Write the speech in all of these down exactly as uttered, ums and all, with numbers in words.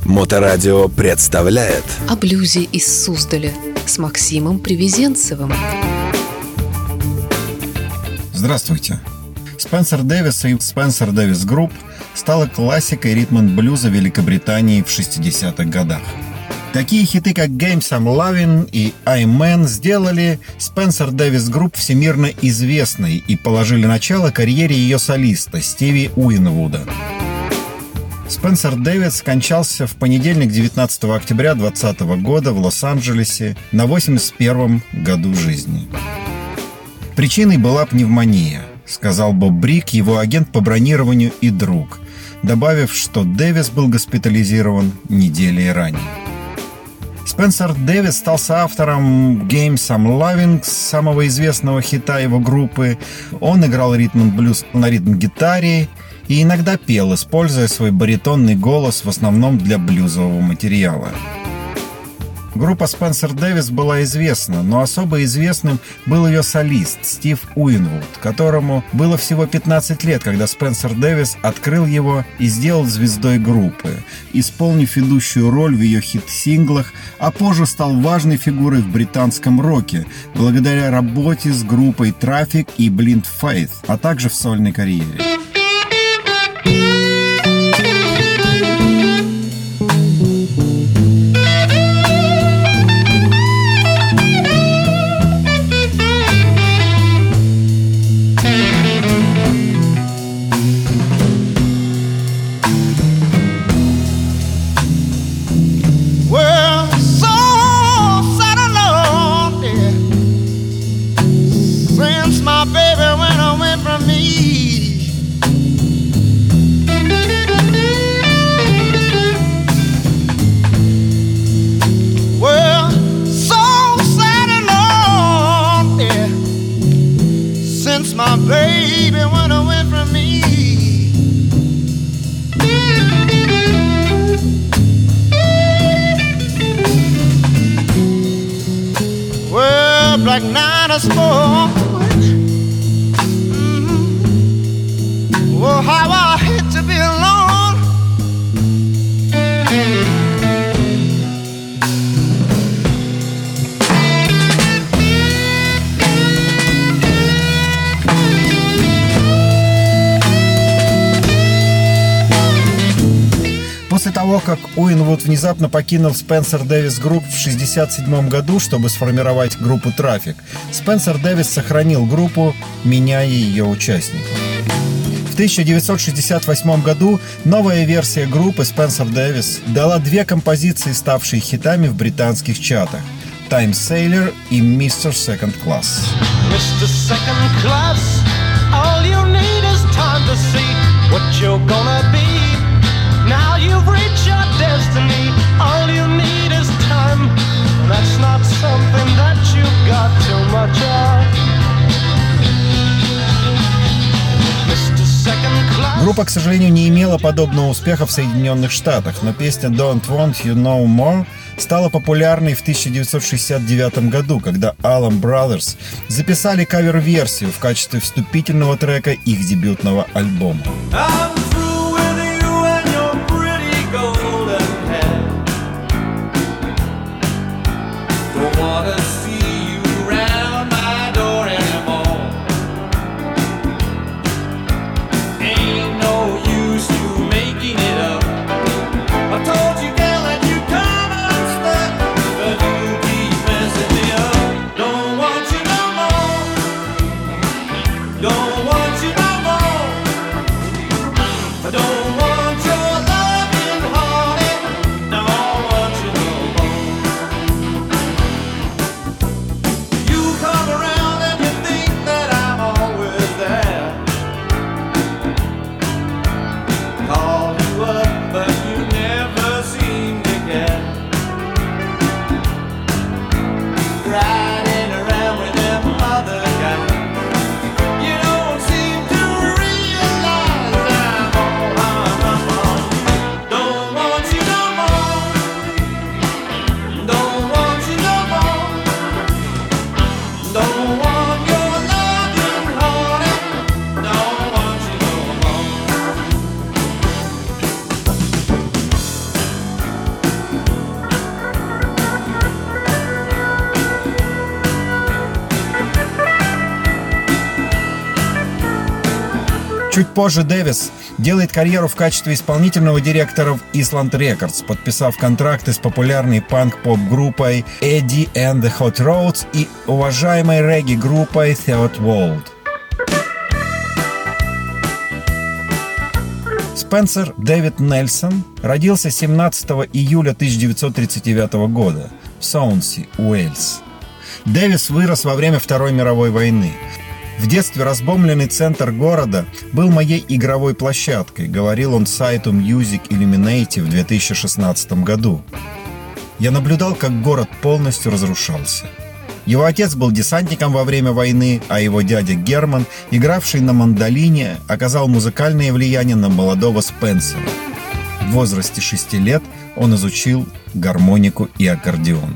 Моторадио представляет О блюзе из Суздаля с Максимом Привезенцевым. Здравствуйте. Спенсер Дэвис и Спенсер Дэвис Групп стала классикой ритм-н-блюза Великобритании в шестидесятых годах. Такие хиты, как «Game Some Lovin'» и «I'm Man» сделали Спенсер Дэвис Групп всемирно известной и положили начало карьере ее солиста Стиви Уинвуда. Спенсер Дэвис скончался в понедельник, девятнадцатого октября двадцатого года в Лос-Анджелесе на восемьдесят первом году жизни. Причиной была пневмония, сказал Боб Брик, его агент по бронированию и друг, добавив, что Дэвис был госпитализирован недели ранее. Спенсер Дэвис стал соавтором «Game Some Lovin'», самого известного хита его группы. Он играл ритм-н-блюз на ритм-гитаре и иногда пел, используя свой баритонный голос в основном для блюзового материала. Группа Спенсер Дэвис была известна, но особо известным был ее солист Стив Уинвуд, которому было всего пятнадцать лет, когда Спенсер Дэвис открыл его и сделал звездой группы, исполнив ведущую роль в ее хит-синглах, а позже стал важной фигурой в британском роке, благодаря работе с группой Traffic и Blind Faith, а также в сольной карьере. My baby went away from me. Well, Black Night is forward. Mm-hmm. Oh, how I hate to be alone. После того, как Уинвуд внезапно покинул Спенсер Дэвис Групп в шестьдесят седьмом году, чтобы сформировать группу Traffic, Спенсер Дэвис сохранил группу, меняя ее участников. В тысяча девятьсот шестьдесят восьмом году новая версия группы Спенсер Дэвис дала две композиции, ставшие хитами в британских чатах: «Time Sailor» и «мистер Second Class». мистер Second Class, all you need is time to see what you're gonna be. Now you've reached your destiny. All you need is time. That's not something that you've got too much of. мистер Second Class. Группа, к сожалению, не имела подобного успеха в Соединенных Штатах, но песня «Don't Want You No More» стала популярной в тысяча девятьсот шестьдесят девятом году, когда Allman Brothers записали кавер-версию в качестве вступительного трека их дебютного альбома. Чуть позже Дэвис делает карьеру в качестве исполнительного директора в Island Records, подписав контракты с популярной панк-поп-группой Eddie and the Hot Rods и уважаемой регги-группой Third World. Спенсер Дэвид Нельсон родился семнадцатого июля тысяча девятьсот тридцать девятого года в Соунси, Уэльс. Дэвис вырос во время Второй мировой войны. В детстве разбомбленный центр города был моей игровой площадкой, говорил он сайту Music Illuminated в две тысячи шестнадцатом году. Я наблюдал, как город полностью разрушался. Его отец был десантником во время войны, а его дядя Герман, игравший на мандолине, оказал музыкальное влияние на молодого Спенсера. В возрасте шести лет он изучил гармонику и аккордеон.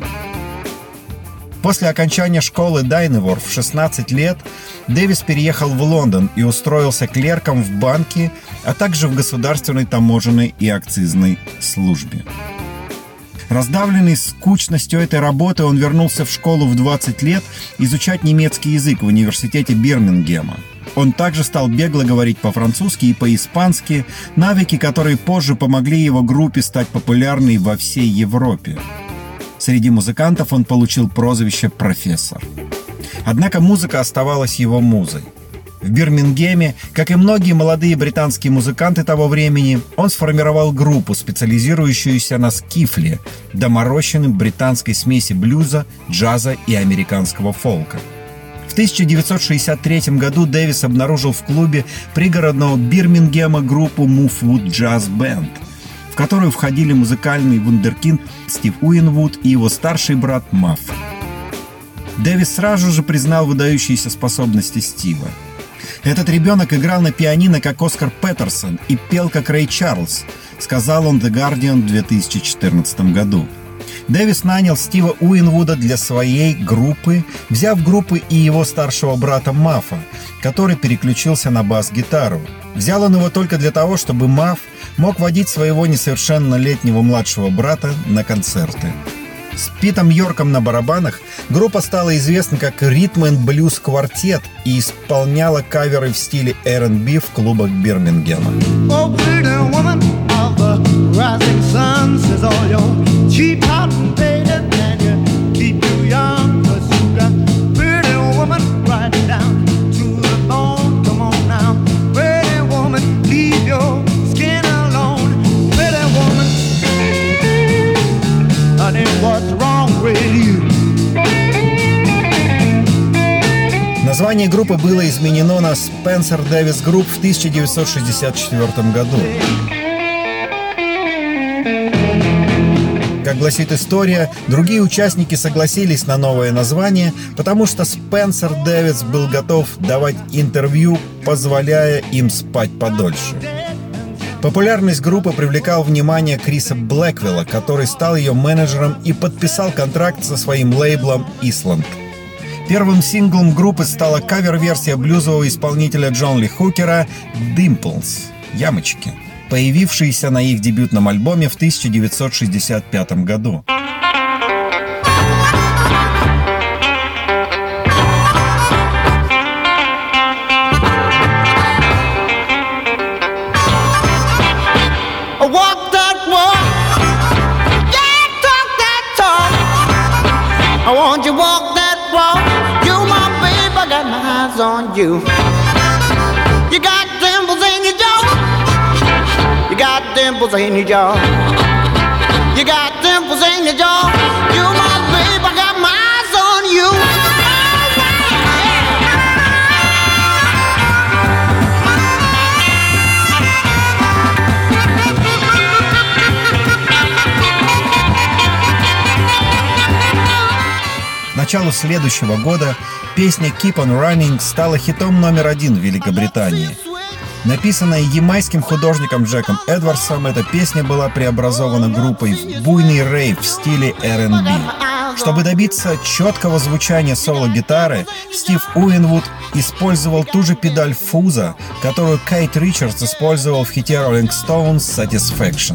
После окончания школы Дайневор в шестнадцать лет Дэвис переехал в Лондон и устроился клерком в банке, а также в государственной таможенной и акцизной службе. Раздавленный скучностью этой работы, он вернулся в школу в двадцать лет изучать немецкий язык в университете Бирмингема. Он также стал бегло говорить по-французски и по-испански, навыки, которые позже помогли его группе стать популярной во всей Европе. Среди музыкантов он получил прозвище «профессор». Однако музыка оставалась его музой. В Бирмингеме, как и многие молодые британские музыканты того времени, он сформировал группу, специализирующуюся на скифле, доморощенном британской смеси блюза, джаза и американского фолка. В тысяча девятьсот шестьдесят третьем году Дэвис обнаружил в клубе пригородного Бирмингема группу Movewood Jazz Band, в которую входили музыкальный вундеркинд Стив Уинвуд и его старший брат Маф. Дэвис сразу же признал выдающиеся способности Стива. «Этот ребенок играл на пианино, как Оскар Петерсон, и пел, как Рэй Чарльз», сказал он The Guardian в две тысячи четырнадцатом году. Дэвис нанял Стива Уинвуда для своей группы, взяв в группу и его старшего брата Мафа, который переключился на бас-гитару. Взял он его только для того, чтобы Маф мог водить своего несовершеннолетнего младшего брата на концерты. С Питом Йорком на барабанах группа стала известна как Rhythm and Blues Quartet и исполняла каверы в стиле эр энд би в клубах Бирмингема. Oh, pretty woman of the rising sun, says all your cheap hot and faded, and you keep you young, 'cause you got pretty woman right down to the bone. Come on now, pretty woman, leave your skin alone. Pretty woman, honey, what's wrong with you? Название группы было изменено на Spencer Davis Group в тысяча девятьсот шестьдесят четвёртом году. Как гласит история, другие участники согласились на новое название, потому что Спенсер Дэвис был готов давать интервью, позволяя им спать подольше. Популярность группы привлекал внимание Криса Блэквилла, который стал ее менеджером и подписал контракт со своим лейблом Island. Первым синглом группы стала кавер-версия блюзового исполнителя Джон Ли Хукера «Dimples» — «Ямочки», появившаяся на их дебютном альбоме в тысяча девятьсот шестьдесят пятом году. On you, you got dimples in your jaw. You got dimples in your jaw. You got dimples in your jaw. You my babe, I got my eyes on you. К началу следующего года песня «Keep on Running» стала хитом номер один в Великобритании. Написанная ямайским художником Джеком Эдвардсом, эта песня была преобразована группой в буйный рейв в стиле эр энд би. Чтобы добиться четкого звучания соло-гитары, Стив Уинвуд использовал ту же педаль фуза, которую Кейт Ричардс использовал в хите Rolling Stones «Satisfaction».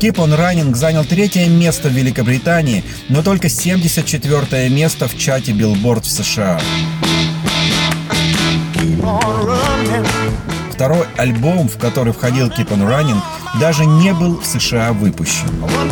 Keep on Running занял третье место в Великобритании, но только семьдесят четвёртое место в чате Billboard в США. Второй альбом, в который входил Keep on Running, даже не был в США выпущен.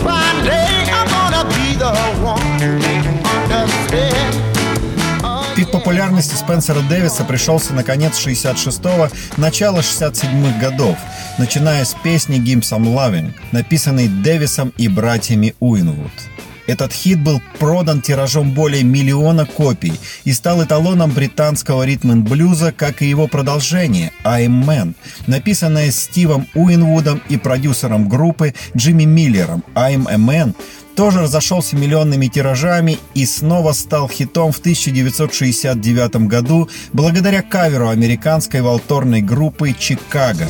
Пик популярности Спенсера Дэвиса пришелся на конец шестьдесят шестого, начало шестьдесят седьмых годов, начиная с песни «Give Some Loving», написанной Дэвисом и братьями Уинвуд. Этот хит был продан тиражом более миллиона копий и стал эталоном британского ритм-н-блюза, как и его продолжение «I'm Man», написанное Стивом Уинвудом и продюсером группы Джимми Миллером. «I'm a Man» тоже разошелся миллионными тиражами и снова стал хитом в тысяча девятьсот шестьдесят девятом году благодаря каверу американской валторной группы «Чикаго».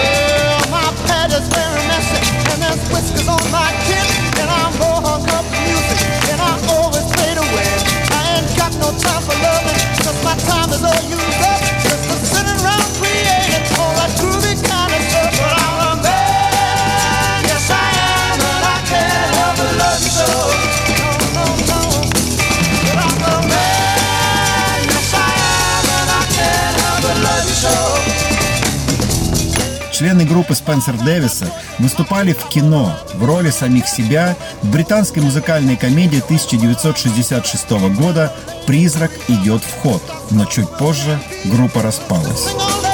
Члены группы Спенсер Дэвиса выступали в кино в роли самих себя в британской музыкальной комедии тысяча девятьсот шестьдесят шестого года «Призрак идет в ход», но чуть позже группа распалась.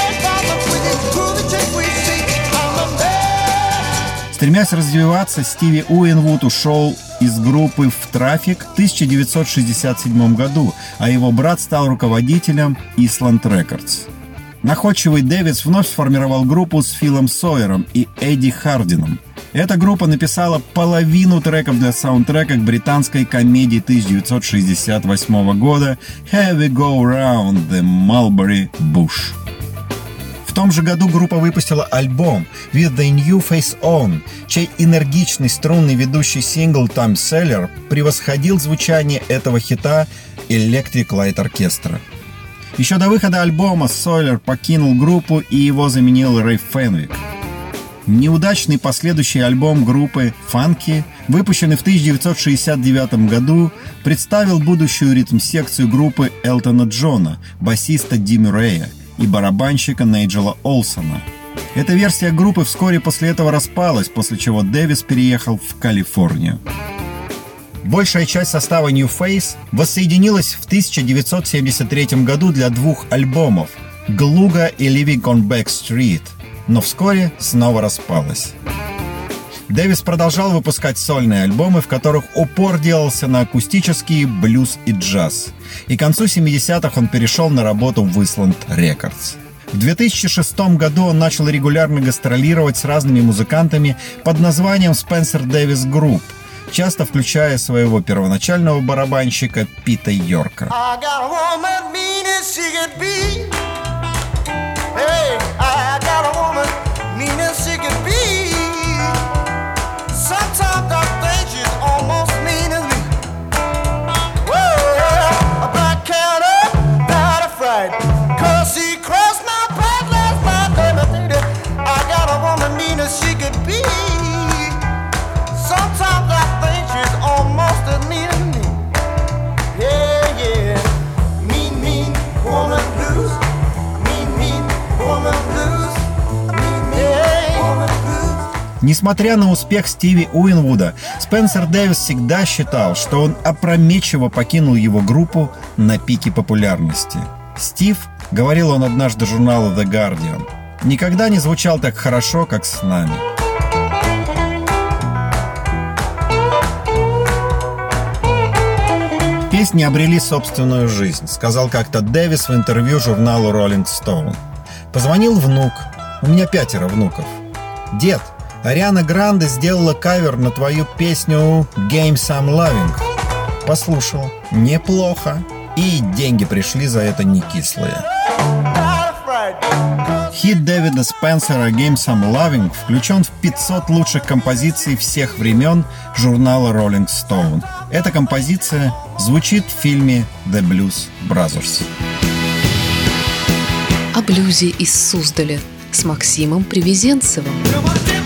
Стремясь развиваться, Стиви Уинвуд ушел из группы в «Трафик» в тысяча девятьсот шестьдесят седьмом году, а его брат стал руководителем Island Records. Находчивый Дэвис вновь сформировал группу с Филом Сойером и Эдди Хардином. Эта группа написала половину треков для саундтрека к британской комедии тысяча девятьсот шестьдесят восьмого года «Have We Go Round the Mulberry Bush». В том же году группа выпустила альбом «With the New Face On», чей энергичный струнный ведущий сингл «Time Sailor» превосходил звучание этого хита Electric Light Orchestra. Еще до выхода альбома Сойер покинул группу, и его заменил Рэй Фенвик. Неудачный последующий альбом группы «Фанки», выпущенный в тысяча девятьсот шестьдесят девятом году, представил будущую ритм-секцию группы Элтона Джона, басиста Ди Мюррея и барабанщика Найджела Олсона. Эта версия группы вскоре после этого распалась, после чего Дэвис переехал в Калифорнию. Большая часть состава New Face воссоединилась в тысяча девятьсот семьдесят третьем году для двух альбомов «Глуга» и «Living on Back Street», но вскоре снова распалась. Дэвис продолжал выпускать сольные альбомы, в которых упор делался на акустический блюз и джаз. И к концу семидесятых он перешел на работу в Island Records. В две тысячи шестом году он начал регулярно гастролировать с разными музыкантами под названием Spencer Davis Group, часто включая своего первоначального барабанщика Пита Йорка. Несмотря на успех Стиви Уинвуда, Спенсер Дэвис всегда считал, что он опрометчиво покинул его группу на пике популярности. Стив, говорил он однажды журналу The Guardian, никогда не звучал так хорошо, как с нами. Песни обрели собственную жизнь, сказал как-то Дэвис в интервью журналу Rolling Stone. Позвонил внук. У меня пятеро внуков. Дед, Ариана Гранде сделала кавер на твою песню «Game Some Loving». Послушал. Неплохо. И деньги пришли за это не кислые. Хит Дэвида Спенсера «Game Some Loving» включен в пятьсот лучших композиций всех времен журнала Rolling Stone. Эта композиция звучит в фильме «The Blues Brothers». О блюзе из Суздаля с Максимом Привезенцевым.